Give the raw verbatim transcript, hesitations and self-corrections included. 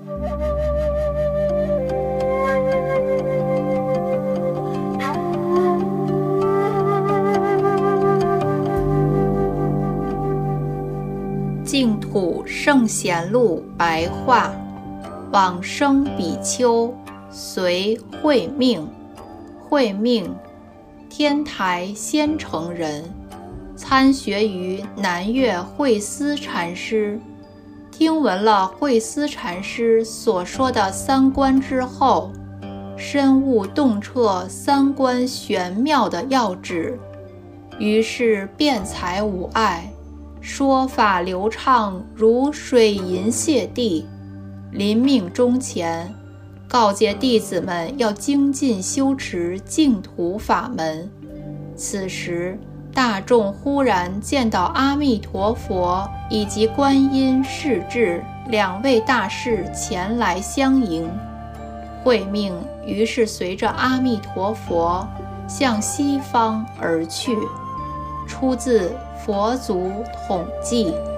净土圣贤录白话，往生比丘随慧命。慧命，天台仙城人，参学于南岳慧思禅师。听闻了慧思禅师所说的三观之后，深悟洞彻三观玄妙的要旨，于是辩才无碍，说法流畅如水银泻地。临命终前，告诫弟子们要精进修持净土法门。此时大众忽然见到阿弥陀佛以及观音、世至两位大士前来相迎。慧命于是随着阿弥陀佛向西方而去。出自《佛祖统记》。